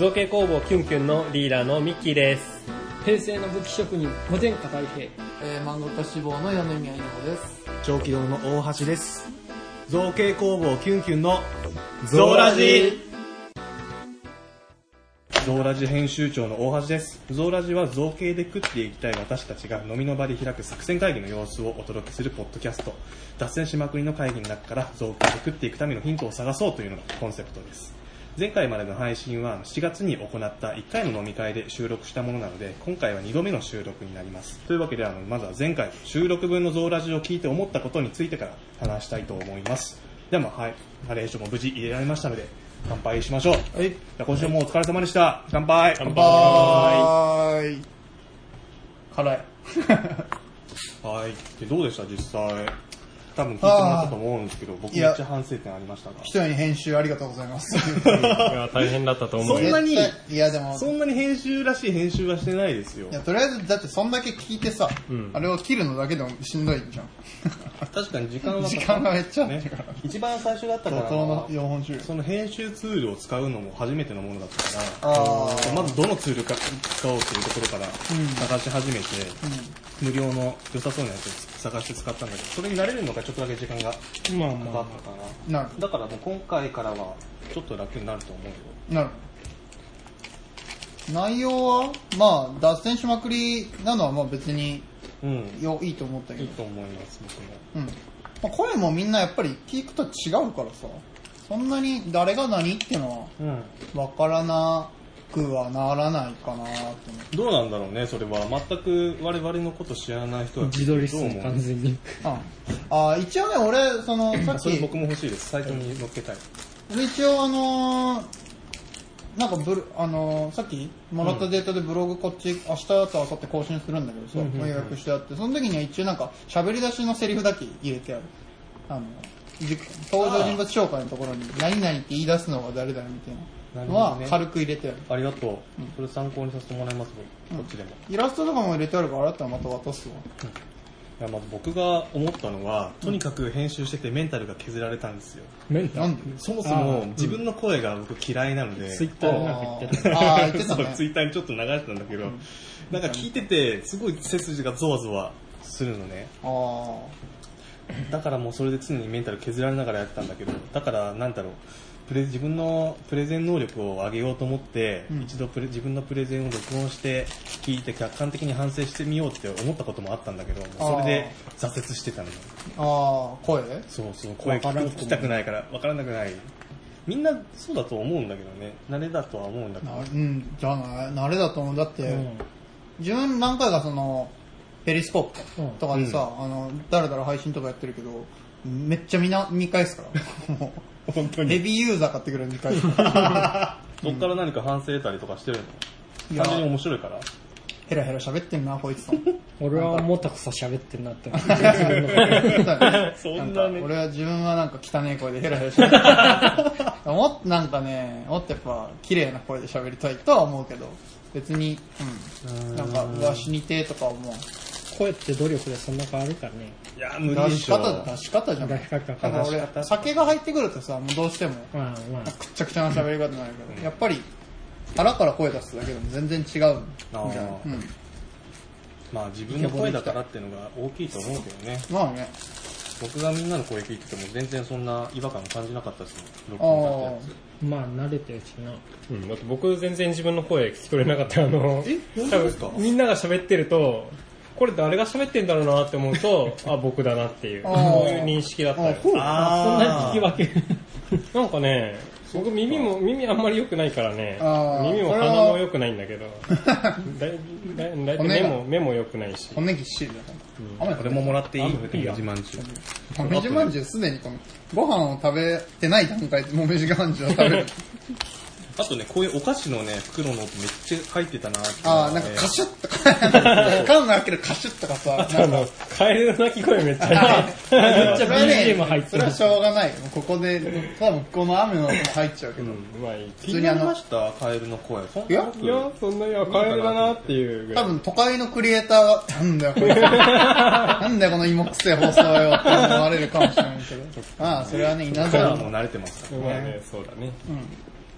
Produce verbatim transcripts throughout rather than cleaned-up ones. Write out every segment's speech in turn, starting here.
造形工房キュンキュンのリーダーのミッキーです。 平成の武器職人、御殿下太平。 えー、漫画家志望の米宮稲穂です。 長期堂の大橋です。造形工房キュンキュンのゾーラジゾーラジ編集長の大橋です。ゾーラジは造形で食っていきたい私たちが飲みの場で開く作戦会議の様子をお届けするポッドキャスト。脱線しまくりの会議の中から造形で食っていくためのヒントを探そうというのがコンセプトです。前回までの配信はしがつに行ったいっかいの飲み会で収録したものなので、今回はにどめの収録になります。というわけで、あのまずは前回収録分のゾーラジを聞いて思ったことについてから話したいと思います。では、まあ、はい、ナレーションも無事入れられましたので乾杯しましょう。はい、じゃあ今週もお疲れ様でした。乾杯。 乾杯。 辛い。 はい。でどうでした実際。多分聞いてもらったと思うんですけど、僕めっちゃ反省点ありましたが。 一人に編集ありがとうございます。 いや大変だったと思う。 そんなに、 いやでもそんなに編集らしい編集はしてないですよ。 いやとりあえずだってそんだけ聞いてさ、うん、あれを切るのだけでもしんどいじゃん。 確かに時間は時間がめっちゃね。一番最初だったから、 のよんほん集その編集ツールを使うのも初めてのものだったから、あまずどのツールか使おうというところから探し始めて、うん、無料の良さそうなやつを探して使ったんだけど、それに慣れるのがちょっとだけ時間がかかったかな。まあまあ、だからもう今回からはちょっと楽になると思うよ。 なる。内容はまあ脱線しまくりなのはまあ別に、うん、よいいと思ったけど。 いいと思います僕も。 うん。まあ、声もみんなやっぱり聞くと違うからさ、そんなに誰が何っていうのはわからなくはならないかなと思って。 どうなんだろうね、それは全く我々のこと知らない人は自撮りっすね完全に。 ああ一応ね俺そのさっきそれ僕も欲しいです。サイトに載っけたい。 俺一応あのー、なんかブルあのー、さっきもらったデータでブログこっち明日と明後日更新するんだけどさ、うんうんうん、予約してあって、その時には一応なんか喋り出しのセリフだけ入れてある。あの登場人物紹介のところに何々って言い出すのが誰だよみたいなのは軽く入れてある。 ありがとう、うん、それ参考にさせてもらいます、うん、こっちでもイラストとかも入れてあるからあったらまた渡すわ、 うん、いやまず僕が思ったのは、とにかく編集しててメンタルが削られたんですよ。 メンタルなんでそもそも自分の声が僕嫌いなので、 ツイッターになんか言ってた。ああ言ってたね。 そうツイッターにちょっと流してたんだけど、うん、なんか聞いててすごい背筋がゾワゾワするのね。あだからもうそれで常にメンタル削られながらやってたんだけど、だからなんだろう、プレ自分のプレゼン能力を上げようと思って、うん、一度プレ自分のプレゼンを録音して聞いて客観的に反省してみようって思ったこともあったんだけど、それで挫折してたのよ。 ああ声そうそう声聞きたくないから分からなくない。みんなそうだと思うんだけどね、慣れだとは思うんだけど。 うんじゃあ慣れだと思う。だって、うん、自分何回かそのペリスコープとかでさ、うん、あのだらだら配信とかやってるけどめっちゃみんな見返すから本当にヘビーユーザー買ってくれる見返すからそっから何か反省得たりとかしてるの？単純に面白いからヘラヘラ喋ってんなこいつと俺はもたくさ喋ってんなってそんなね、俺は自分はなんか汚い声でヘラヘラ喋ってるもっとなんかねもっとやっぱ綺麗な声で喋りたいとは思うけど別に、うん、なんかうわ死にてーとか思う。 声って努力でそんな変わるからね。 いや無理でしょ。 出し方出し方じゃん。 出し方だから俺酒が入ってくるとさもうどうしても、うんうん、くっちゃくちゃな喋り方になるけど、うん、やっぱり腹から声出すだけでも全然違うじゃん。うん、 まあ自分の声だからっていうのが大きいと思うけどね。 まあね。 僕がみんなの声聞いてても全然そんな違和感感じなかったですもん。録音だったやつ。 まあ慣れてるしな。 うん、だって僕全然自分の声聞き取れなかった。あのえ本当ですか？ みんなが喋ってると。これ誰が喋ってんだろうなって思うとあ僕だなっていうそういう認識だったよ。 あそんな聞き分けなんかね僕耳も耳あんまり良くないからね耳も鼻も良くないんだけどだいだいだい目も目も良くないし骨ぎっしりだから、 うん、これももらっていい？もめじまんじゅう。 もめじまんじゅうすでにこのご飯を食べてない段階でもめじまんじゅうを食べるあとね、こういうお菓子のね、袋の音めっちゃ入ってたなって。 あー、なんかカシュッとか、缶の開けるカシュッとかさ、 あの、カエルの鳴き声めっちゃ入って、めっちゃ ビージーエム 入ってる。 それはしょうがない。ここで、多分この雨の音入っちゃうけど。うん、 まあいい。普通にありましたカエルの声。 いや、いや、そんな、いや、カエルだなっていうぐらい。 多分都会のクリエイターが、なんだよ、これ。なんだよ、この芋くせえ放送よって思われるかもしれないけど。ああ、それはね、稲妻も慣れてますからね。まあね、そうだね。 うん。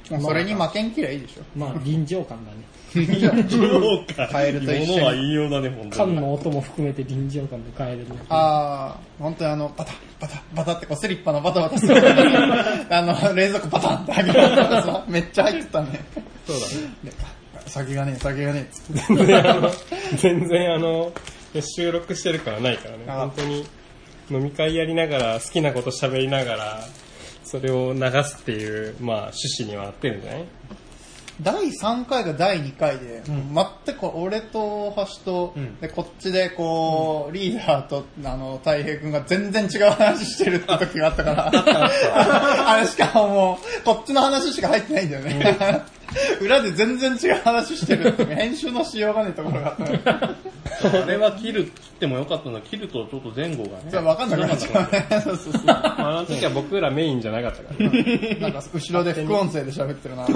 もうそれに負けんきりゃいいでしょ。 まあ臨場感だね。 そうか。 カエルと一緒に物は言いようだね、本当に。 缶の音も含めて臨場感で変えれる。 あー、本当にあの、バタバタバタってこうスリッパのバタバタするあの、冷蔵庫バタンって開けるからさ、めっちゃ入ってたね。 そうだね。 先がねえ、先がねえ。 全然あの、全然あの、収録してるからないからね。 あ本当に飲み会やりながら、好きなこと喋りながら、それを流すっていう、まあ、趣旨には合ってるんじゃない？ だいさんかいがだいにかいで、全く俺と大橋と、 うん、 でこっちでこう、リーダーとあの太平君が全然違う話してるって時があったからあれしかももうこっちの話しか入ってないんだよね裏で全然違う話してるって編集のしようがねえところがあったのあれは切る、切ってもよかったのは切るとちょっと前後がね。 それ分かんなくなっちゃうねそうそうそうまあ、あの時は僕らメインじゃなかったからね。 なんか後ろで副音声で喋ってるな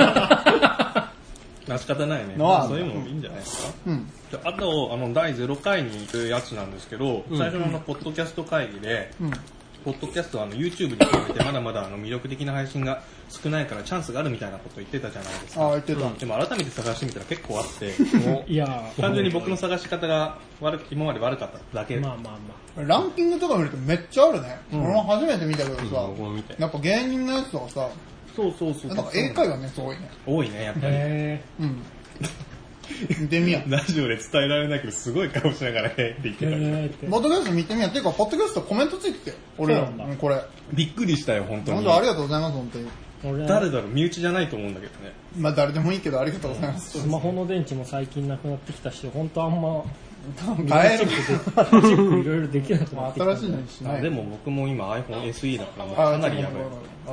仕方ないね。 のはそういうのもいいんじゃないですか。 うんであと、あの、だいゼロかいに行くやつなんですけど、最初のあの、ポッドキャスト会議で、 うんポッドキャストはあの YouTube に比べてまだまだあの魅力的な配信が少ないからチャンスがあるみたいなこと言ってたじゃないですか。 ああ言ってた、 でも改めて探してみたら結構あって、 いやー単純に僕の探し方が悪く今まで悪かっただけ。 まあまあまランキングとか見るとめっちゃあるね、俺も初めて見たけどさ、 僕も見て。 やっぱ芸人のやつとかさ、 そうそうそう。 なんか英会話ね、すごいね。 多いね、やっあ。 ぱり。 へうん。見てみや。 ラジオで伝えられないけど、すごい顔しながらへって言ってー。 たけど。 へーって。 ポッドキャスト見てみや。っていうか、ポッドキャストコメントついてて。俺らそうなんだうんこれ。 びっくりしたよ、本当に。 本当ありがとうございます、本当に。 俺誰だろう、身内じゃないと思うんだけどね。 まあ誰でもいいけど、ありがとうございます。 スマホの電池も最近なくなってきたし、本当あんま、 変える。 チェックいろいろできなくなってきた。 新しいのにしない。 あでも僕も今 iPhone エスイー だからもうあかなりやばい。 危ね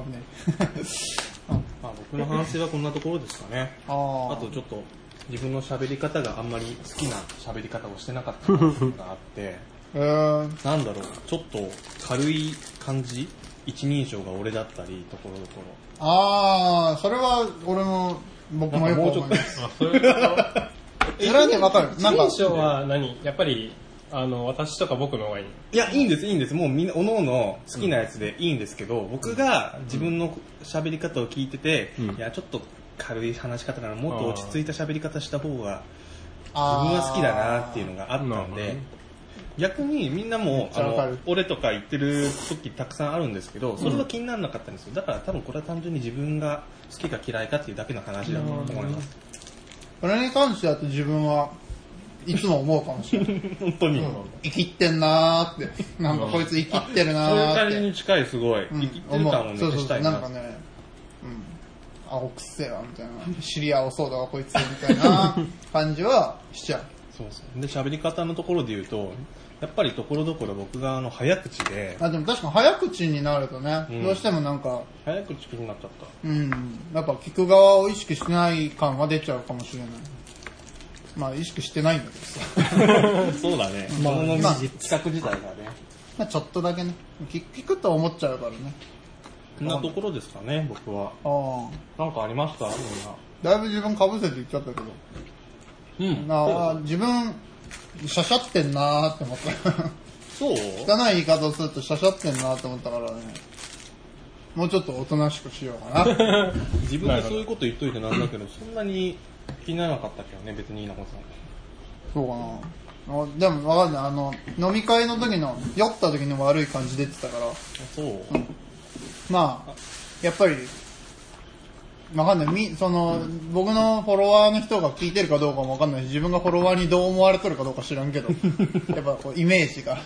まあ、僕の反省はこんなところですかね。 あーあとちょっと自分の喋り方があんまり好きな喋り方をしてなかったのがあって、 えー、 なんだろう、ちょっと軽い感じ一人称が俺だったり、ところどこあー、それは俺も、僕ろ。 もよくもうちょっと思いま、す。 あ、そういうことそれはね、わかる。なんか、 一人称は何やっぱり、あの、私とか僕の方がいいの？ いや、いいんです、いいんです。もうみんな、おのおの好きなやつでいいんですけど、僕が自分の喋り方を聞いてて、 うんいや、ちょっと軽い話し方からもっと落ち着いた喋り方した方が、自あー分は好きだなっていうのがあったんでなるほどね、 逆にみんなも、あめっちゃわかるの、俺とか言ってる時たくさんあるんですけど、それは気にならなかったんですよ。だから多分これは単純に自分が好きか嫌いかっていうだけの話だと思います。 それに関してだと自分はいつも思うかもしれない。 本当に。 生きってんなーって。なんかこいつ生きってるなそういうーって。 感じに近い、すごい。 うん生きってる感をね、 そうそうそう、 消したいな。 なんかね、うん。青くせえわ、みたいな。知り合おそうだわ、こいつ、みたいな感じはしちゃう。 そうそう。で、喋り方のところで言うと、やっぱりところどころ僕があの早口で、 あ、でも確かに早口になるとね、 うんどうしてもなんか、 早口気になっちゃった。 うん、やっぱ聞く側を意識しない感は出ちゃうかもしれない。まあ意識してないんだけどさ。 そうだね。 まあそのまあ企画自体がね。 まあちょっとだけね、聞聞くと思っちゃうからね。 こんなところですかね、僕は。 ああ。 なんかありましたみんな。 だいぶ自分かぶせて言っちゃったけど。 うんなあ自分、しゃしゃってんなーって思った。 そう汚い言い方をするとしゃしゃってんなーって思ったからね。もうちょっとおとなしくしようかな。 自分でそういうこと言っといてなんだけど、そんなに気にならなかったけどね、別にいいな、こさん。 そうかな。あでもわかんない。あの、飲み会の時の、酔った時の悪い感じ出てたから、 そう。 まあ、やっぱり、わかんない。み、その、僕のフォロワーの人が聞いてるかどうかもわかんないし、自分がフォロワーにどう思われとるかどうか知らんけど、やっぱこう、イメージが。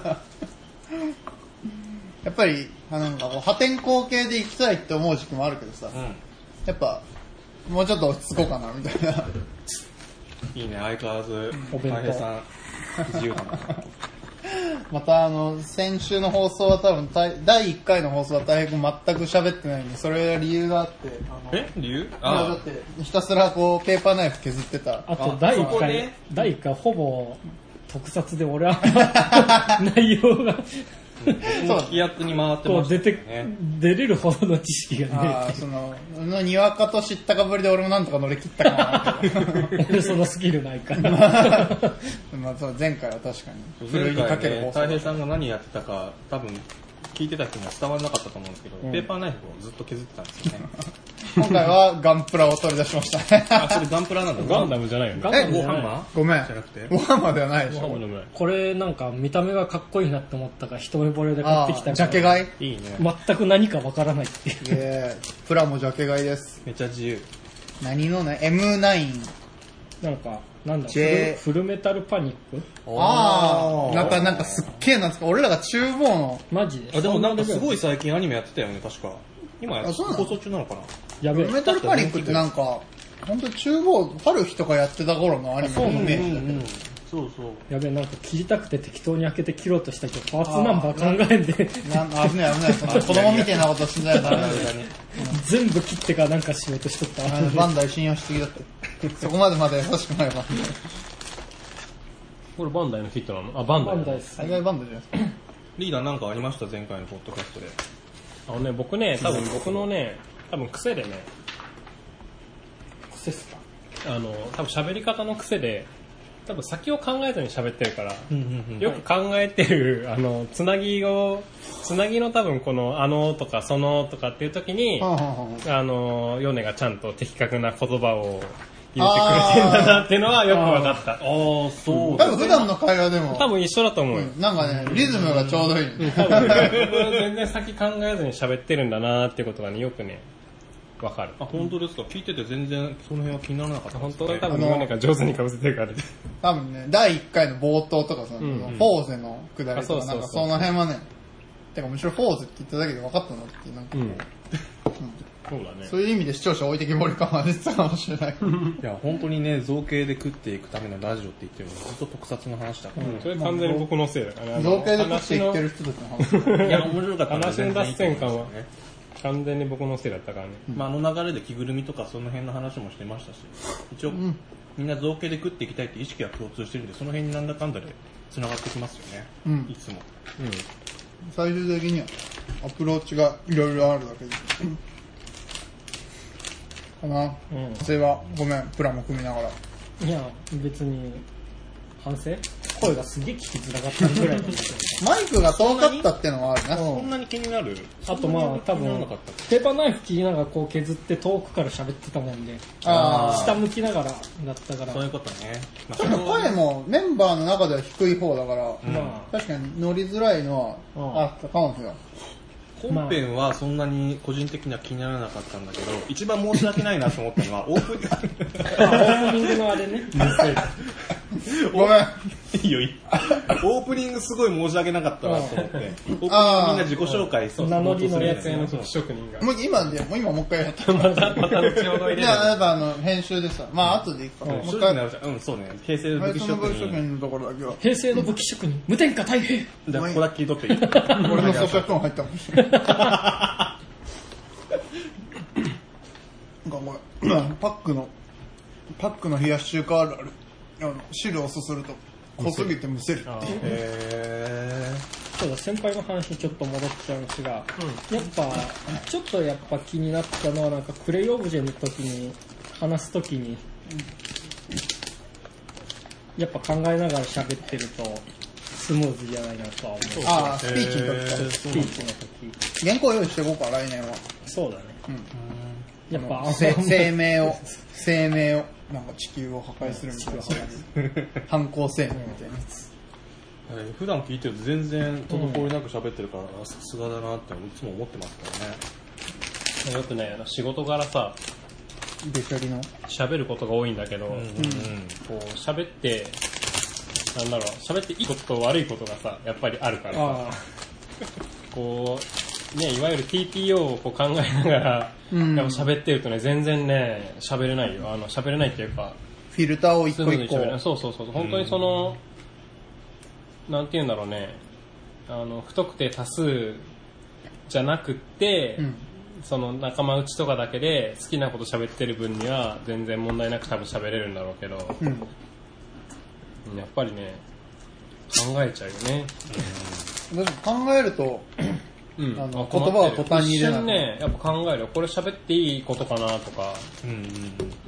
やっぱり、あなんかこう、破天荒系で行きたいって思う時期もあるけどさ、 うん。 やっぱ、もうちょっと落ち着こうかな、みたいな。 いいね、相変わらず、 お弁当大平さん、自由だな。 またあの、先週の放送は多分、だいだいいっかいの放送は大変全く喋ってないんで、それは理由があって、あの、 え理由いやだあって、ひたすらこう、ペーパーナイフ削ってた。 あと、第そ 1回こね、 第一回ほぼ特撮で俺は内容が僕も聞き役に回ってこましたう出てね。、 出れるほどの知識がああ、 ねその、のにわかと知ったかぶりで俺もなんとか乗り切ったかなって。 俺そのスキルないから。 まあそう前回は確かに。ふる前いにか回ね、 ける放送大平さんが何やってたか、多分、 聞いてた人には伝わらなかったと思うんですけど、 うんペーパーナイフをずっと削ってたんですよね。 今回はガンプラを取り出しましたね。 あ、それガンプラなんだ。 ガンダムじゃないよね。 ガンえダムじゃないウォーハンマーごめん。 じゃなくてウォーハンマーではないでしょ。 ご飯もない。 これなんか見た目がかっこいいなって思ったから一目惚れで買ってきたあージャケ買いいいね。 全く何かわからないっていう。 えー、プラもジャケ買いです。 めっちゃ自由。 何のね、エムナイン。 なんか、なんだ、フ J ルフルメタルパニックああ、なんか、なんかすっげえなんですか、俺らが厨房の、 マジで。 あ、でもなんかすごい。 い最近アニメやってたよね、確か。今あそうなの放送中なのかな。 やべえ。 メタルパニックってなんか、本当に厨房、春日とかやってた頃のアニメのイメージだけど。 そうそう。 やべえ、なんか切りたくて適当に開けて切ろうとしたけど、パーツナンバー考えんで、 なん危ない危ない。そんな子供みたいなことしないとダメだよ。 全部切ってからなんかしようとしとった。 あのバンダイ信用しすぎだって。そこまでまだ優しくないわ。 これバンダイのキットなの？あ、バンダイ。 バンダイです。 海外バンダイじゃないですか。 リーダーなんかありました前回のポッドキャストで。 あのね、僕ね、多分僕のね、多分癖でね、 癖っすか。 あの、多分喋り方の癖で、多分先を考えずに喋ってるから、 うんよく考えてる、あの、つなぎを、つなぎの多分この、あのとかそのとかっていう時に、 はんはんはんあの、ヨネがちゃんと的確な言葉を入れてくれてんだなっていうのはよく分かった。 ああ、そう多分普段の会話でも、 多分一緒だと思うよ。 なんかね、リズムがちょうどいい。 多分全然先考えずに喋ってるんだなっていうことがね、よくね、わかる。 あ、本当ですか。聞いてて全然その辺は気にならなかったですね。 本当は多分ヨネが上手にかぶせてるから。 多分ね、だいいっかいの冒頭とかさ、 んフォーゼのくだりとか、 あそうそうそうなんかその辺はね、てかむしろフォーゼって言っただけで分かったなっていう、なんか、 うん。そうだね。 そういう意味で視聴者置いてきぼり感は出てたかもしれない。 いや、本当にね、造形で食っていくためのラジオって言ってるのずっと特撮の話だから。 それ完全に僕のせいだからね。 造形で食っていってる人たちの話。 いや、面白かった話の脱線感はね。 完全に僕のせいだったからね。 まあ、あの流れで着ぐるみとかその辺の話もしてましたし、一応、みんな造形で食っていきたいって意識は共通してるんで、その辺になんだかんだで繋がってきますよね。 うんいつも。 最終的にはアプローチがいろいろあるだけです。かな。 うん。 それはごめん、プラも組みながら。 いや、別に、反省声がすげえ聞きづらかったぐらいなんだけど。 マイクが遠かったってのはあるな。 そんなに気になるあとまあ多そんなに気になら分なかったペーパーナイフ切りながらこう削って遠くから喋ってたもんで、 あ下向きながらだったから、 そういうことね。まあちょっと声もメンバーの中では低い方だから、 ま確かに乗りづらいのうんはあったかもしれない。 本編はそんなに個人的には気にならなかったんだけど、一番申し訳ないなと思ったのは、オープニンあ、オープニングのあれね。 ごめん。 グ、いいよいい。オープニングすごい申し訳なかったなと思って、オープニングみんな自己紹介そう名乗りのやつやの時職人が。 もう今で、もう今もう一回やった。 また、また後ほど入れる。 じゃあ、やっぱあの、編集でさ、まあ後でいくから、もう一回、 正直な話うん、そうね。平成武器その職人。 文書権のところだけは、 平成の武器職人、無天下太平。 じゃあ、ここだけ聞いとっていい俺の咀嚼音入ったかもしれない。なんかこれ、パックの、パックの冷やし中華あるある。あの、汁をすすると、濃すぎてむせるっていう。 へそうだ、先輩の話にちょっと戻っちゃうんですが、やっぱ、ちょっとやっぱ気になったのは、なんかクレイオブジェの時に、話す時に、やっぱ考えながら喋ってると、スムーズじゃないなとは思う。 ああ、スピーチの時か。 スピーチの時。 原稿用意していこうか、来年は。 そうだね。やっぱ、 せ生命を、生命を、なんか地球を破壊するみたいな。反抗生命みたいなやつ。 えー普段聞いてると全然滞りなく喋ってるから、あさすがだなっていつも思ってますからね。 よくね、あの仕事柄さ、 べしゃりの。 喋ることが多いんだけど、 うんうんこう喋って、なんだろう、喋っていいことと悪いことがさ、やっぱりあるからさ、 あこう、ね、いわゆる ティーピーオー をこう考えながら、 うんやっぱ喋ってるとね、全然ね、喋れないよ。あの、喋れないっていうか、 フィルターを一スム個一個。 ーズに喋れない。そうそうそう。本当にその、なんて言うんだろうね、あの、不特定多数じゃなくって、 うんその仲間内とかだけで好きなこと喋ってる分には全然問題なく多分喋れるんだろうけど、 うん。 やっぱりね、考えちゃうよね。 だって考えると、 うん、 あの言葉を途端に入れなくて、 ね、やっぱ考えるこれ喋っていいことかなとか、 うんうんうん、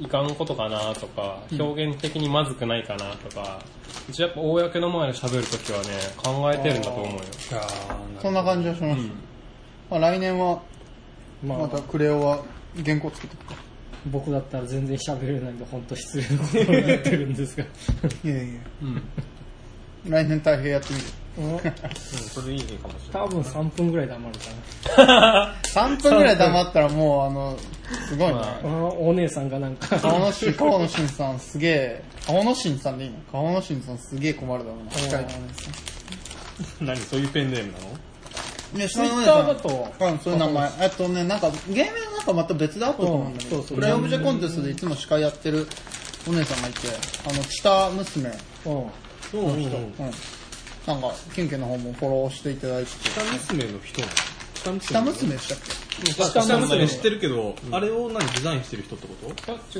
いかんことかなとか、表現的にまずくないかなとか、うちやっぱ公の前で喋るときはね、考えてるんだと思うよ。 そんな感じはします。うん、まあ、来年は、またクレオは原稿作っていくか。 僕だったら全然喋れないんで、本当失礼なことになってるんですが。いやいや、うん、来年大平やってみる。 うん、それいいかもしれない。 多分さんぷんぐらい黙るかな。 さんぷんぐらい黙ったらもうあの、すごいね。 まあ、お姉さんがなんか。 顔のしん、顔のしんさんすげえ、顔のしんさんでいいの？顔のしんさんすげえ困るだろうな。近い何そういうペンネームなの？ いや、 ツイッターだと。 うん、そういう名前。えっとね、なんか、ゲームの中また別であったと思うんだけど、プレイオブジェコンテストでいつも司会やってるお姉さんがいて、あの、チタ娘。うん。 そうなの人。うん。 なんか、キュンキュンの方もフォローしていただいてて。 下娘の人なの？ 下娘でしたっけ？ 下娘知ってるけど、うん、あれを何デザインしてる人ってこと？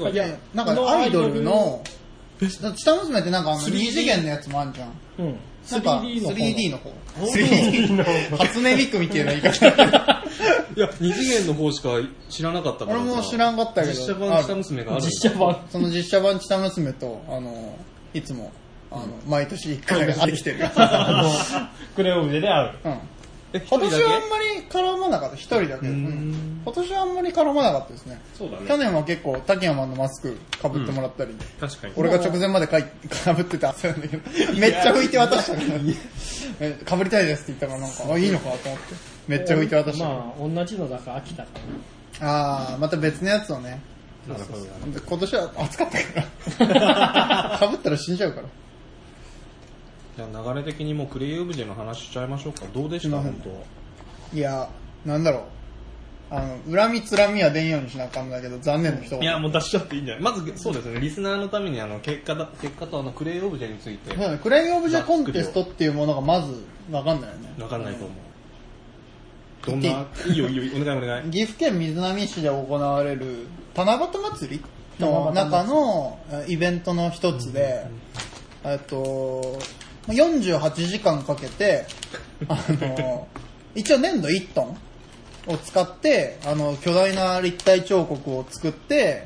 違う。いや、なんかアイドルの、下娘ってなんかあのに次元のやつもあるじゃん。うん。なんか スリーディー の方。スリーディー の方。初音ミクみたいな言い方。 いや、に次元の方しか知らなかったから。 俺も知らんかったけど。 実写版下娘がある。 実写版。 その実写版下娘と、あの、いつも、あの、毎年一回会ってきてる。 クレオブジェで会う。うん。 今年はあんまり絡まなかった。一人だけ。うん、今年はあんまり絡まなかったですね。 そうだね。 去年は結構、滝山のマスク被ってもらったり。うん、 確かに。 俺が直前までかい被ってて焦るんだけど、めっちゃ拭いて渡したから、被りたいですって言ったからなんか、あ、いいのかと思って。めっちゃ拭いて渡した。 まあ、同じのだから飽きたかな。あー、また別のやつをね。なるほど。今年は暑かったから。被ったら死んじゃうから。 じゃあ流れ的にもうクレイオブジェの話しちゃいましょうか。どうでした本当？ いや、なんだろう。あの、恨みつらみは出んようにしなあかんだけど、残念の人。 いや、もう出しちゃっていいんじゃない？まず、そうですね、リスナーのためにあの、結果だ、結果とあの、クレイオブジェについて。 そうね、クレイオブジェコンテストっていうものがまずわかんないよね。 わかんないと思う。どんな、いいよいいよ、お願いお願い。 岐阜県瑞浪市で行われる、七夕祭りの中のイベントの一つで、えっと、よんじゅうはちじかんかけて、あの、一応粘土いちトンを使って、あの、巨大な立体彫刻を作って、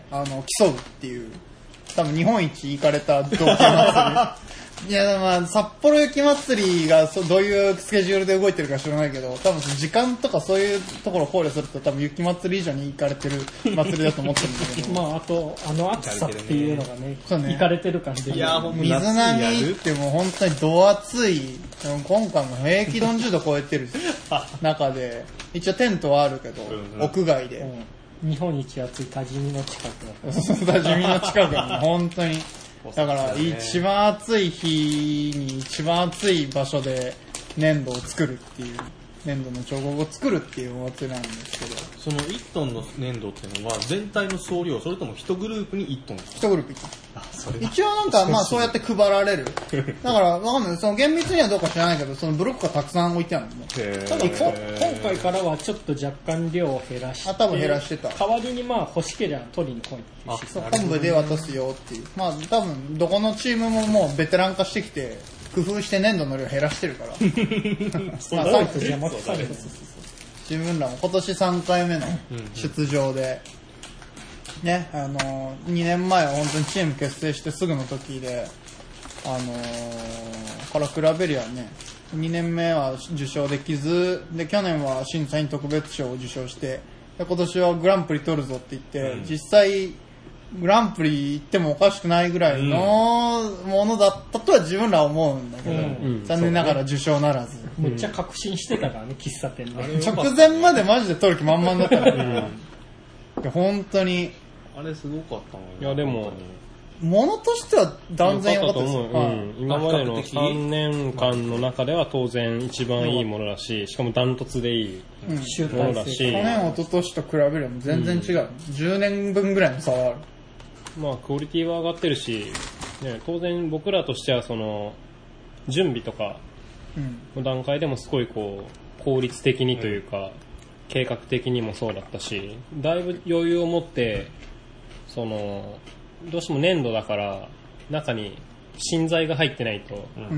あの、競うっていう、多分日本一行かれた道具祭り。いや、まあ、札幌雪まつりがそどういうスケジュールで動いてるか知らないけど、多分時間とかそういうところを考慮すると多分雪まつり以上に行かれてる祭りだと思ってるんだけど。 まあ、あと、あの暑さっていうのがね、そうね、行かれてる感じで。 いや、水波ってもう本当にど暑い、今回も平気よんじゅうど超えてる中で、一応テントはあるけど、屋外で。 うん、日本一暑い多治見の近くだった。多治見の近くに、本当に。だから一番暑い日に一番暑い場所で粘土を作るっていう、粘土の彫刻を作るっていうお祭りなんですけど、 そのいちトンの粘土っていうのは全体の総量、それともいちグループにいちトンですか？ いちグループいちトン。あ、それ一応なんかまあそうやって配られる。だからわかんない。その厳密にはどうか知らないけど、そのブロックがたくさん置いてあるのも。 ただ今回からはちょっと若干量を減らして、 あ、多分減らしてた。 代わりにまあ欲しければ取りに来いっていう。 本部で渡すよっていう。まあ多分どこのチームももうベテラン化してきて、工夫して粘土の量減らしてるから。まあ、邪魔くされる。自分らも今年さんかいめの出場で、ね、あのー、にねんまえは本当にチーム結成してすぐの時で、あのー、から比べりゃね、にねんめは受賞できず、で、去年は審査員特別賞を受賞して、で今年はグランプリ取るぞって言って、うん、実際、グランプリ行ってもおかしくないぐらいのものだったとは自分らは思うんだけど、うんうん、残念ながら受賞ならず。 めっちゃ確信してたからね、喫茶店で。 直前までマジで取る気満々だったから、ね、うん、いや本当に。 あれすごかったのいやでも、 ものとしては断然良かったです。 うん、今までのさんねんかんの中では当然一番いいものだし、しかもダントツでいいものだし、 去年、一昨年と比べれば全然違う、うん。じゅうねんぶんぐらいの差はある。 まあクオリティは上がってるし、ね、当然僕らとしてはその準備とかの段階でもすごいこう効率的にというか、うん、計画的にもそうだったし、だいぶ余裕を持ってそのどうしても粘土だから中に芯材が入ってないと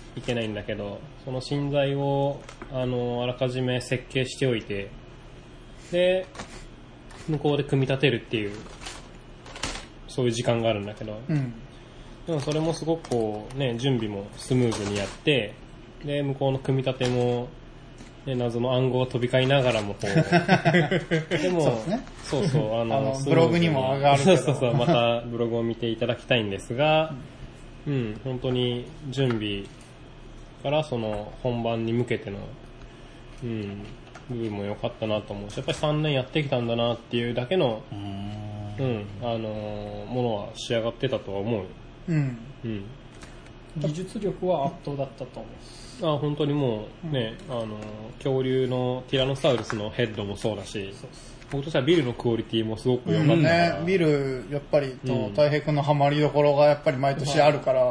いけないんだけど、その芯材をあのあらかじめ設計しておいて、で向こうで組み立てるっていうそういう時間があるんだけど、 うん。 でもそれもすごくこうね準備もスムーズにやって、で向こうの組み立ても、ね、謎の暗号が飛び交いながらもこうでもそうですねそうそうあのあのスムーズにブログにも上がるけどそうそうそうまたブログを見ていただきたいんですが、うん、うん、本当に準備からその本番に向けての、うん、部分も良かったなと思うし、やっぱりさんねんやってきたんだなっていうだけの、うん、あのものは仕上がってたとは思う。 うん。 うん。 技術力は圧倒だったと思う。 あ本当にもうね、うん、あの恐竜のティラノサウルスのヘッドもそうだし、僕としてはビルのクオリティもすごく良かったから、 うんね、ビルやっぱりと太平君のハマりどころがやっぱり毎年あるから、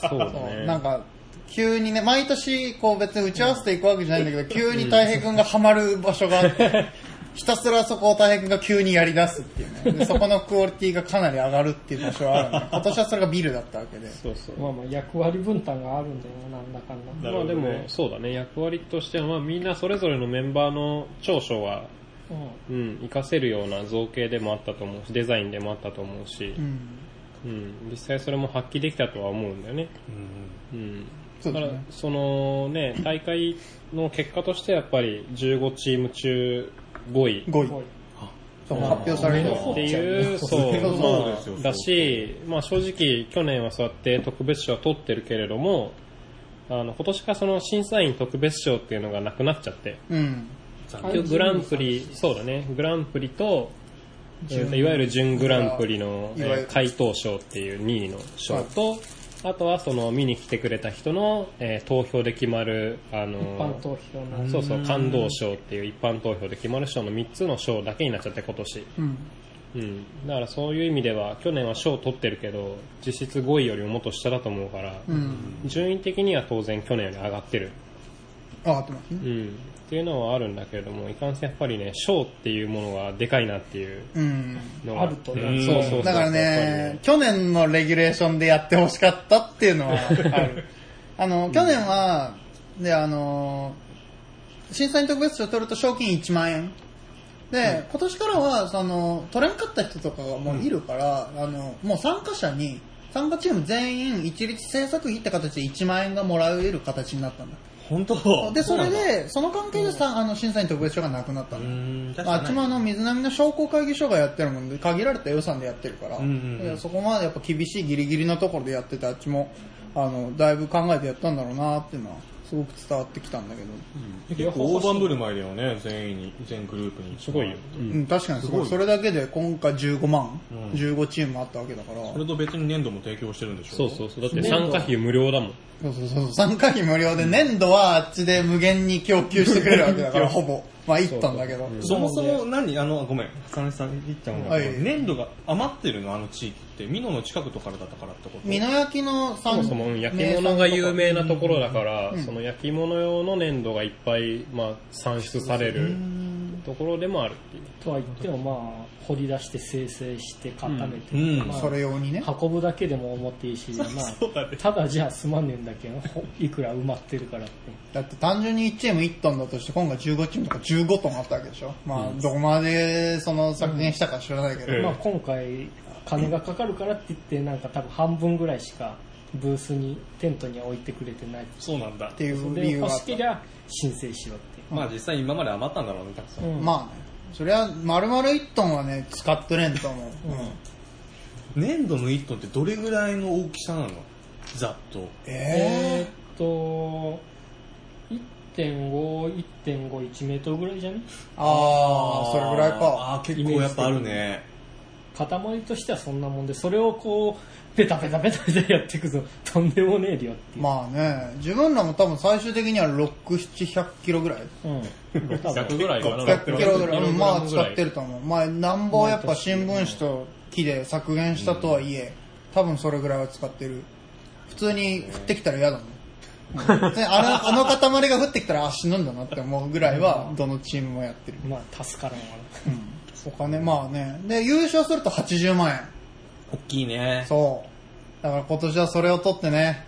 そうだね。 なんか急にね毎年こう別に打ち合わせていくわけじゃないんだけど、急に太平君がハマる場所があって。ひたすらそこを太平君が急にやり出すっていうね。でそこのクオリティがかなり上がるっていう場所はあるね。今年はそれがビルだったわけで。 そうそう。 まあまあ役割分担があるんだよな、なんだかんだ。 まあでも、そうだね、役割としては、まあみんなそれぞれのメンバーの長所は、うん、うん、活かせるような造形でもあったと思うし、デザインでもあったと思うし、うん、うん、実際それも発揮できたとは思うんだよね。うん。うん。だから、そのね、大会の結果としてやっぱりじゅうごチーム中ごい。 ごい。そう発表されるっていう、そう、まあ、だし、まあ正直去年はそうやって特別賞を取ってるけれども、あの今年からその審査員特別賞っていうのがなくなっちゃって、うん、グランプリ、そうだね、グランプリと、いわゆる準グランプリの、えー、回答賞っていうにいの賞と、あとはその見に来てくれた人の、えー、投票で決まる、あのー、 一般投票のそうそう感動賞っていう一般投票で決まる賞のみっつの賞だけになっちゃって今年、うんうん、だからそういう意味では去年は賞取ってるけど実質ごいよりももっと下だと思うから、うん、順位的には当然去年より上がってる上がってますね、 うん、っていうのはあるんだけれどもいかんせんやっぱりね賞っていうものがでかいなっていうのが、 うん、あるとね、 うん、そうそうそうだからね去年のレギュレーションでやってほしかったっていうのはあるあの去年は、であの審査員特別賞取ると賞金いちまんえんで、うん、今年からはその取れんかった人とかがもういるから、うん、あのもう参加者に参加チーム全員一律制作費って形でいちまんえんがもらえる形になったんだ。 本当でそれでその関係でさ、うん、あの審査員特別賞がなくなったの。あっちもあの水波の商工会議所がやってるもんで限られた予算でやってるから、うんうんうん、そこまでやっぱ厳しいギリギリのところでやっててあっちもあのだいぶ考えてやったんだろうなっていうのはすごく伝わってきたんだけど、 うん、結構大盤振る舞いだよね全員に全グループにすごいよ、 うん、確かにすごいそれだけで今回じゅうごまん、うん、じゅうごチームあったわけだからそれと別に年度も提供してるんでしょ。 そうそうそうだって参加費無料だもん。 そうそうそう参加費無料で年度はあっちで無限に供給してくれるわけだからほぼまあいっトンだけど、 そもそも何あのごめん金井さん言っちゃうんだけど、はい、粘土が余ってるのあの地域って美濃の近くとかだったからってこと。 美濃焼のそもそも焼き物が有名なところだから、うん、その焼き物用の粘土がいっぱい、まあ、産出されるところでもあるっていう。 とは言ってもまあ掘り出して生成して固めて、 うんまあ、 それ用にね運ぶだけでも思っていいし、まあ、ただじゃあ済まねえんだけどいくら埋まってるからって。 だって単純にいちチームいっトンだとして今回じゅうごチームとかじゅうごトンあったわけでしょ。まあ、うん、どこまでその削減したか知らないけど、 うんまあ、今回金がかかるからって言ってなんか多分半分ぐらいしかブースにテントには置いてくれてない。 そうなんだっていう理由があった。 欲しけりゃ申請しろって。 まあ実際今まで余ったんだろうねたくさん、 うん、まあねそりゃ丸々いっトンはね使ってれんと思う、 うん、粘土のいっトンってどれぐらいの大きさなのざっと。 えー、っと いってんご、いってんご、いちメートルぐらいじゃね。 ああそれぐらいか。 あ結構やっぱあるね。 塊としてはそんなもんでそれをこうペタペタペタペタやっていくととんでもねえ量っていう。 まあね自分らも多分最終的にはろく、ななひゃくキロぐらい、うん、 ひゃくぐらいかな。 ろっぴゃくキロぐらいまあ使ってると思う。まあなんぼやっぱ新聞紙と木で削減したとはいえ、うん、多分それぐらいは使ってる。普通に降ってきたら嫌だもん、うん、あの、あの塊が降ってきたらあ死ぬんだなって思うぐらいはどのチームもやってる。 まあ助からんわな、うんお金まあねで優勝するとはちじゅうまんえん。 大きいね。 そうだから今年はそれを取ってね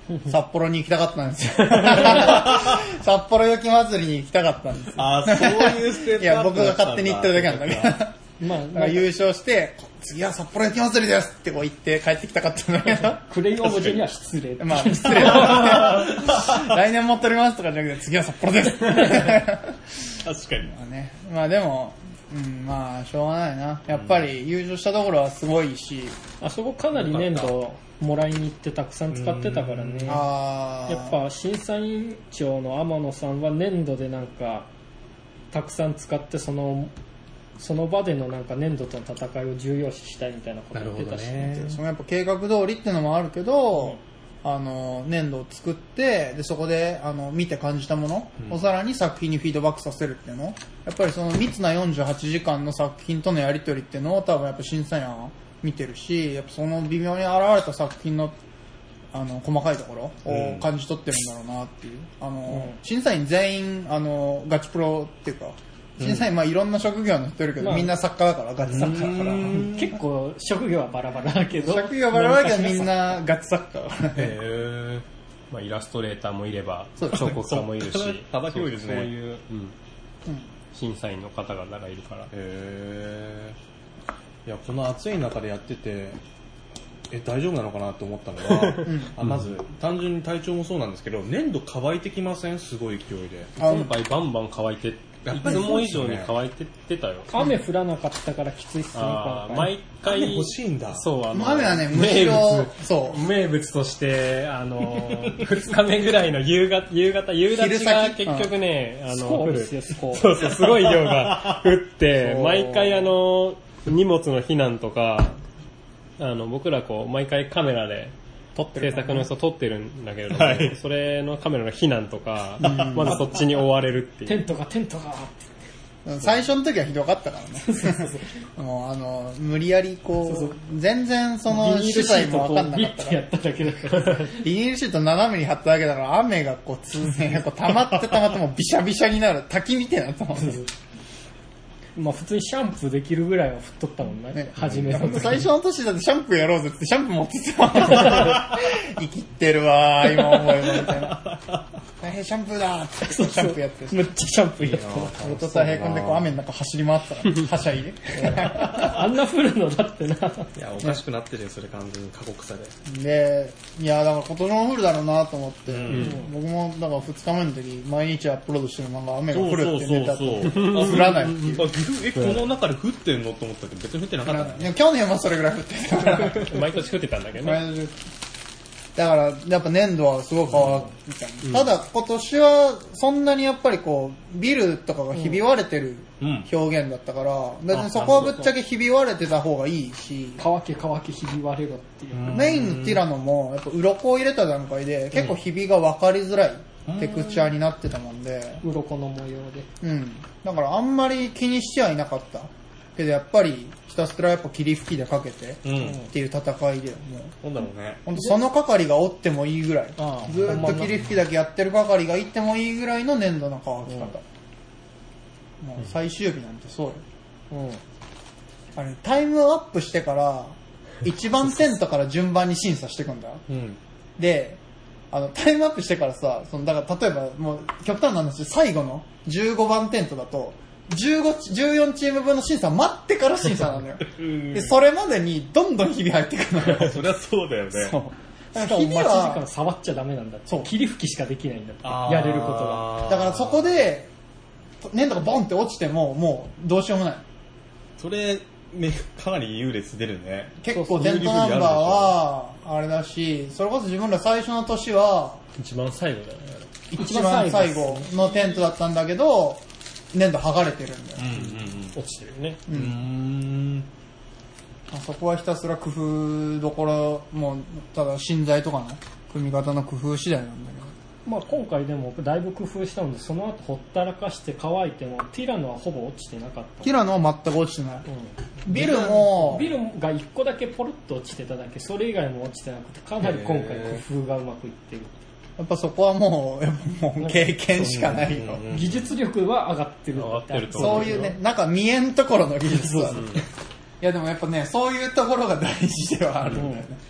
札幌に行きたかったんですよ。札幌雪まつりに行きたかったんですよ。 あー、そういうステップいや、僕が勝手に言ってるだけなんだけど。 まあ、 だから優勝して、次は札幌雪まつりですってこう言って帰ってきたかったんだけど。 クレイオブジェには失礼。 まあ、失礼だね。来年も取りますとかじゃなくて、次は札幌です。 確かに。 まあね。まあでも、うん、まあ、しょうがないな。やっぱり優勝したところはすごいし。 あそこかなり粘土もらいに行ってたくさん使ってたからね。 あやっぱ審査委員長の天野さんは粘土でなんか、たくさん使ってその、その場でのなんか粘土との戦いを重要視したいみたいなこと言ってたし、 ね、 そのやっぱ計画通りっていうのもあるけど、うん、あの粘土を作ってでそこであの見て感じたものをさらに作品にフィードバックさせるっていうの、やっぱりその密なよんじゅうはちじかんの作品とのやり取りっていうのを多分やっぱ審査員は見てるし、やっぱその微妙に現れた作品のあの細かいところを感じ取ってるんだろうなっていう、あの、うん、審査員全員あのガチプロっていうか審査員、まあいろんな職業の人いるけど、まあ、みんな作家だから、ガチ作家だから。 結構職業はバラバラだけど。 職業はバラバラだけどみんなガチ作家だから。 へー。まあイラストレーターもいれば、彫刻家もいるし。 幅広いですね。 そういう、うん、審査員の方々がいるから。 へー。いや、この暑い中でやってて、え、大丈夫なのかなって思ったのが、うん、あまず、単純に体調もそうなんですけど、粘土乾いてきません？すごい勢いで。 今回バンバン乾いていつも以上に乾いてってたよ。 雨降らなかったからきついっすね、今回。 毎回。 雨欲しいんだ。 そう、あの、 雨はね、むしろ、 そう。名物として、あの、二日目ぐらいの夕方、夕方、夕立が結局ね、あの、降る。そうそう、すごい量が降って、毎回あの、荷物の避難とか、あの、僕らこう、毎回カメラで、制作の人撮ってるんだけれども、はい、それのカメラの避難とか、まずそっちに追われるっていう。 テントがテントが最初の時はひどかったからね。もうあの、無理やりこう、そうそう全然その資材もわかんなかったから。 やっただけだから。 ビニールシート斜めに貼っただけだから、雨がこう、通年、こう溜まって溜まってもうビシャビシャになる。滝みたいなと思う。 まあ普通にシャンプーできるぐらいは振っとったもんね。ね初めの最初の年だってシャンプーやろうぜってシャンプー持ってて生きってるわー、今思えばみたいな。大変シャンプーだーってシャンプーやってる。 めっちゃシャンプーやってる。俺と大平君でこう雨の中走り回ったら、はしゃいで。 あんな降るのだってな。いや、おかしくなってるよ、それ完全に過酷さで。 で、いや、だから今年も降るだろうなと思って、うん、僕もだからふつかめの時、毎日アップロードしてる漫画雨が降るってネタと、降らないっていう。 え、この中で降ってんのと思ったけど別に降ってなかったね。 いや、去年はそれぐらい降ってた。 毎年降ってたんだけどね。 だから、やっぱ粘土はすごく変わった、うん。ただ、今年は、そんなにやっぱりこう、ビルとかがひび割れてる表現だったから、うん、別にそこはぶっちゃけひび割れてた方がいいし、 乾け乾けひび割れろっていう。 メインのティラノも、やっぱ鱗を入れた段階で、結構ひびが分かりづらいテクチャーになってたもんで、 鱗の模様で。 うん。だからあんまり気にしてはいなかった。けどやっぱりひたすらやっぱ霧吹きでかけてっていう戦いで、もうなんだろうね、 本当その係がおってもいいぐらい、ずっと霧吹きだけやってる係がいってもいいぐらいの粘土の乾き方、うん、もう最終日なんてそうよ、うん、あれタイムアップしてからいちばんテントから順番に審査していくんだ、うん、であのタイムアップしてからさ、そのだから例えばもう極端な話、最後のじゅうごばんテントだとじゅうご、じゅうよんチーム分の審査を待ってから審査なのよ。で、それまでにどんどんひび入ってくるのよ。 そりゃそうだよね。そう。 だからひびは待ち時間触っちゃダメなんだって。そう。霧吹きしかできないんだって。やれることが。 だからそこで、粘土がボンって落ちても、もうどうしようもない。 それ、ね、かなり優劣出るね。 結構テントナンバーは、あれだし、それこそ自分ら最初の年は、 一番最後だよね。 一番最後のテントだったんだけど、粘土剥がれてるんだよ、うんうんうん、 落ちてるね、 うん、うーん、あそこはひたすら工夫どころ、もうただ芯材とかの組み方の工夫次第なんだけど、 まあ、今回でもだいぶ工夫したのでその後ほったらかして乾いてもティラノはほぼ落ちてなかった。 ティラノは全く落ちてない、うん、ビルもビルがいっこだけポロッと落ちてただけ、それ以外も落ちてなくてかなり今回工夫がうまくいってる。 やっぱそこはもう、やっぱもう経験しかないよ。 技術力は上がってる。上がってると思う。そういうね、なんか見えんところの技術は、ね。いやでもやっぱね、そういうところが大事ではあるんだよね。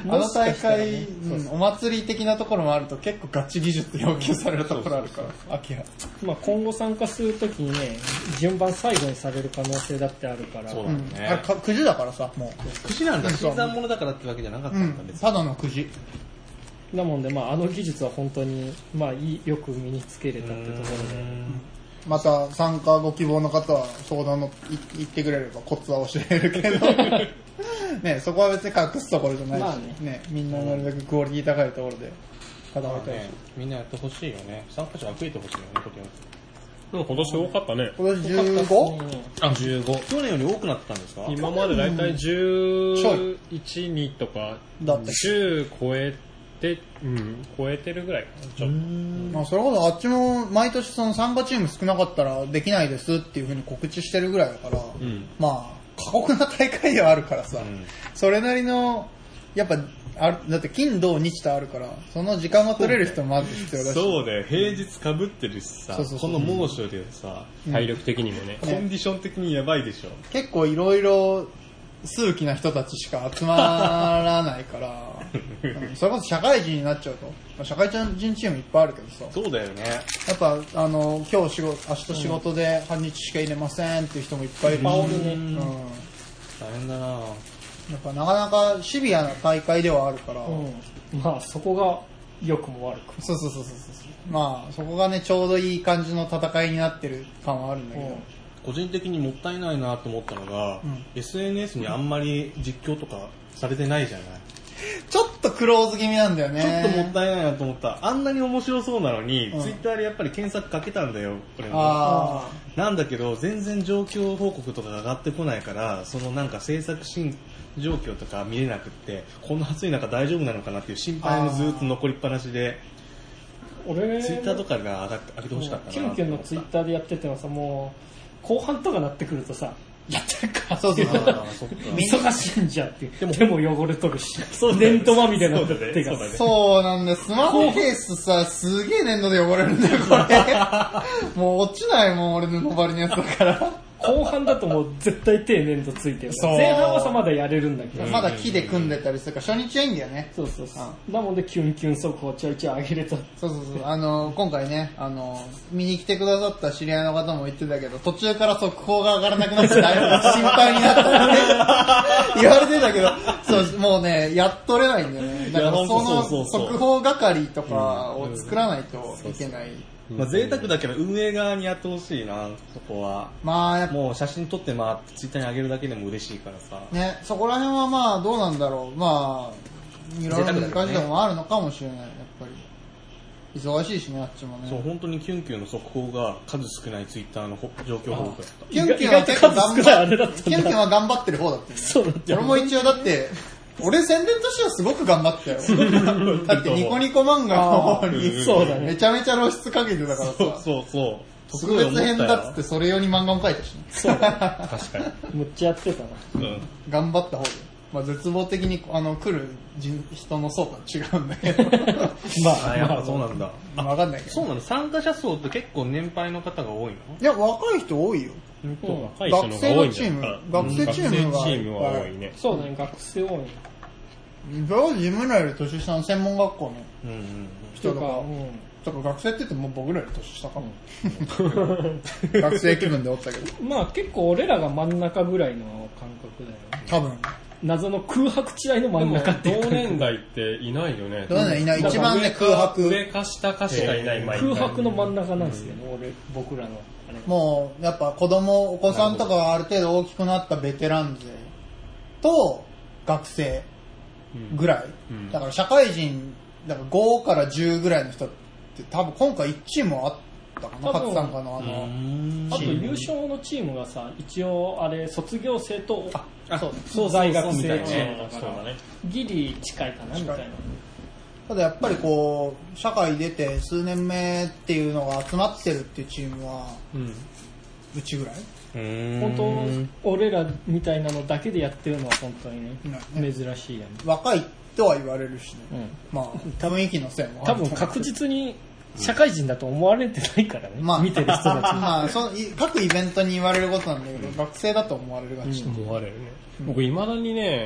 あの大会、 ねうん、お祭り的なところもあると結構ガチ技術要求されるところあるから秋葉、 まあ、今後参加するときにね順番最後にされる可能性だってあるからそうだね、 うん、あれかくじだからさもくじなんだ、新参者だからってわけじゃなかったう、うんだ、別に。 ん、ただのくじなもんで、まあ、あの技術は本当に、まあ、いいよく身につけれたってところでまた参加ご希望の方は相談のい言ってくれればコツは教えるけどね、そこは別に隠すところじゃないし、 まあねねみんななるべくクオリティ高いところで固めたいし、 ね、みんなやってほしいよね。参加者が増えてほしいよね、こっちの。 でも今年多かったね。 今年 じゅうご? あ、じゅうご。 去年より多くなったんですか？ 今までだいたいじゅういち、にとか、 だってじゅう超えて、うん、超えてるぐらいかな、ちょっと。 まあ、それこそあっちも毎年その参加チーム少なかったらできないですっていう風に告知してるぐらいだから、 んまあ過酷な大会ではあるからさ、 んそれなりのやっぱあるだって金土日とあるからその時間が取れる人もまず必要だし、 そうだよ、平日かぶってるしさ、 そうそうそうこの猛暑でさ、 体力的にもね。 コンディション的にやばいでしょ。 結構いろいろ数奇な人たちしか集まらないからうんそれこそ社会人になっちゃうと、まあ社会人チームいっぱいあるけどさ、 そうだよね。 やっぱあの今日仕事明日仕事で半日しか入れませんっていう人もいっぱいいるし、 いっぱいおるねうん大変だな。 やっぱなかなかシビアな大会ではあるから、 うん、まあそこが良くも悪くもそうそうそうそうそう、まあそこがねちょうどいい感じの戦いになってる感はあるんだけど、 個人的にもったいないなと思ったのが、 うんエスエヌエス にあんまり実況とかされてないじゃない。 ちょっとクローズ気味なんだよね。 ちょっともったいないなと思った。あんなに面白そうなのに、 うんツイッターでやっぱり検索かけたんだよ、これも。 あなんだけど、全然状況報告とかが上がってこないから、そのなんか制作進状況とか見れなくって、こんな暑い中大丈夫なのかなっていう心配もずっと残りっぱなしで、 俺ツイッターとかが上がって、上げてほしかったな。 キュンキュンのツイッターでやっててもさもう後半とかなってくるとさやってるかそうそうそうあーそっか忙しいんじゃってでも手も汚れとるし粘土まみれの手があ、そうなんだよ。スマホケースさ、すげえ粘土で汚れるんだよ、これ。もう落ちないもん、俺布張りのやつだから。 後半だともう絶対手粘土ついてるそう前半はさまだやれるんだけどまだ木で組んでたりするから、初日はいいんだよね。 そうそうそうなのでキュンキュン速報ちょいちょい上げれたそうそうそう。あの、今回ね、あの、見に来てくださった知り合いの方も言ってたけど、途中から速報が上がらなくなってだいぶ心配になったって言われてたけど、そう、もうね、やっとれないんだよね。だからそいやほんとのそうそうそう速報係とかを作らないといけない。 まあ、贅沢だけど運営側にやってほしいな、そこは。 まあ、やっぱもう写真撮ってまあツイッターに上げるだけでも嬉しいからさ。 ね、そこら辺はまあどうなんだろう。まあ、いろいろ難しいところもあるのかもしれない、やっぱり。忙しいしね、あっちもね。 そう、本当にキュンキュンの速報が数少ないツイッターのほ状況報告だった。 キュンキュンは結構頑意外と数少ないあ張っ、 れだったんだキュンキュンは頑張ってる方だったよね。 そうだった俺も一応だって、俺宣伝としてはすごく頑張ったよ。だってニコニコ漫画の方に、 そうだねめちゃめちゃ露出かけてたからそうさ、 そうそう。 特別編だっつってそれ用に漫画も描いたしね。 確かに。 むっちゃやってたなうん。 頑張った方で。まあ絶望的にあの来る人人の層とは違うんだけど。 まあ、やっぱそうなんだ。 わかんないけど。 そうなの、参加者層って結構年配の方が多いの？ いや、若い人多いよ。 うんと若い人の方が多いんじゃないかな。 学生のチームうん学生チームが学生チームは多いね。 そうだね学生多いねそれこそ自分らより年下の専門学校のうんうん。 人とか、 うんとか学生って言っても僕らより年下かも。学生気分でおったけど。 まあ結構俺らが真ん中ぐらいの感覚だよね多分。 謎の空白地帯の真でもん中っていう同か年代っていないよね。 同年代いないだから一番ね空白上か下かしかいない毎回空白の真ん中なんですよね、俺僕らのあれもう、やっぱ子供、お子さんとかがある程度大きくなったベテラン勢と学生ぐらい。 うんだから社会人、だからごからじゅうぐらいの人って多分今回いちチームあったかな、 多分初参加のあの、 あと優勝のチームがさ一応あれ卒業生とあそうそう在学生チそうみたいーねムだからそうだね。 ギリ近いかなみたいなただやっぱりこう、社会出て数年目っていうのが集まってるっていうチームは、 うん。 うちぐらい本当俺らみたいなのだけでやってるのは本当にねね珍しいよね若いとは言われるしね。 うんまあ、雰囲気のせいもあ多ると思う分確実に社会人だと思われてないからね、 まあ、 見てる人たちまあそのい各イベントに言われることなんだけど、学生だと思われるがち、 思われるね。僕、未だにね、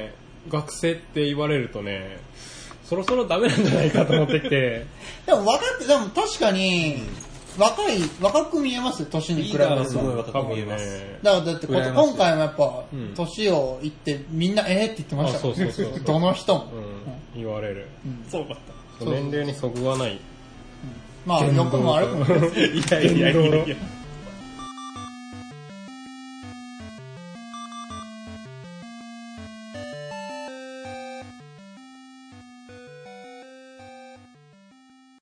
学生って言われるとね、そろそろダメなんじゃないかと思ってきて。 でも若く、でも確かに、若い、若く見えますよ、年に比べると。 すごい若く見えます。 だからだって今回もやっぱ、年を言ってみんなえーって言ってましたから、 そうそうそうどの人も、 うん、言われる。 うん、そうだった。 年齢にそぐわない。 まあ、良くも悪くも。 いやいやいやいや。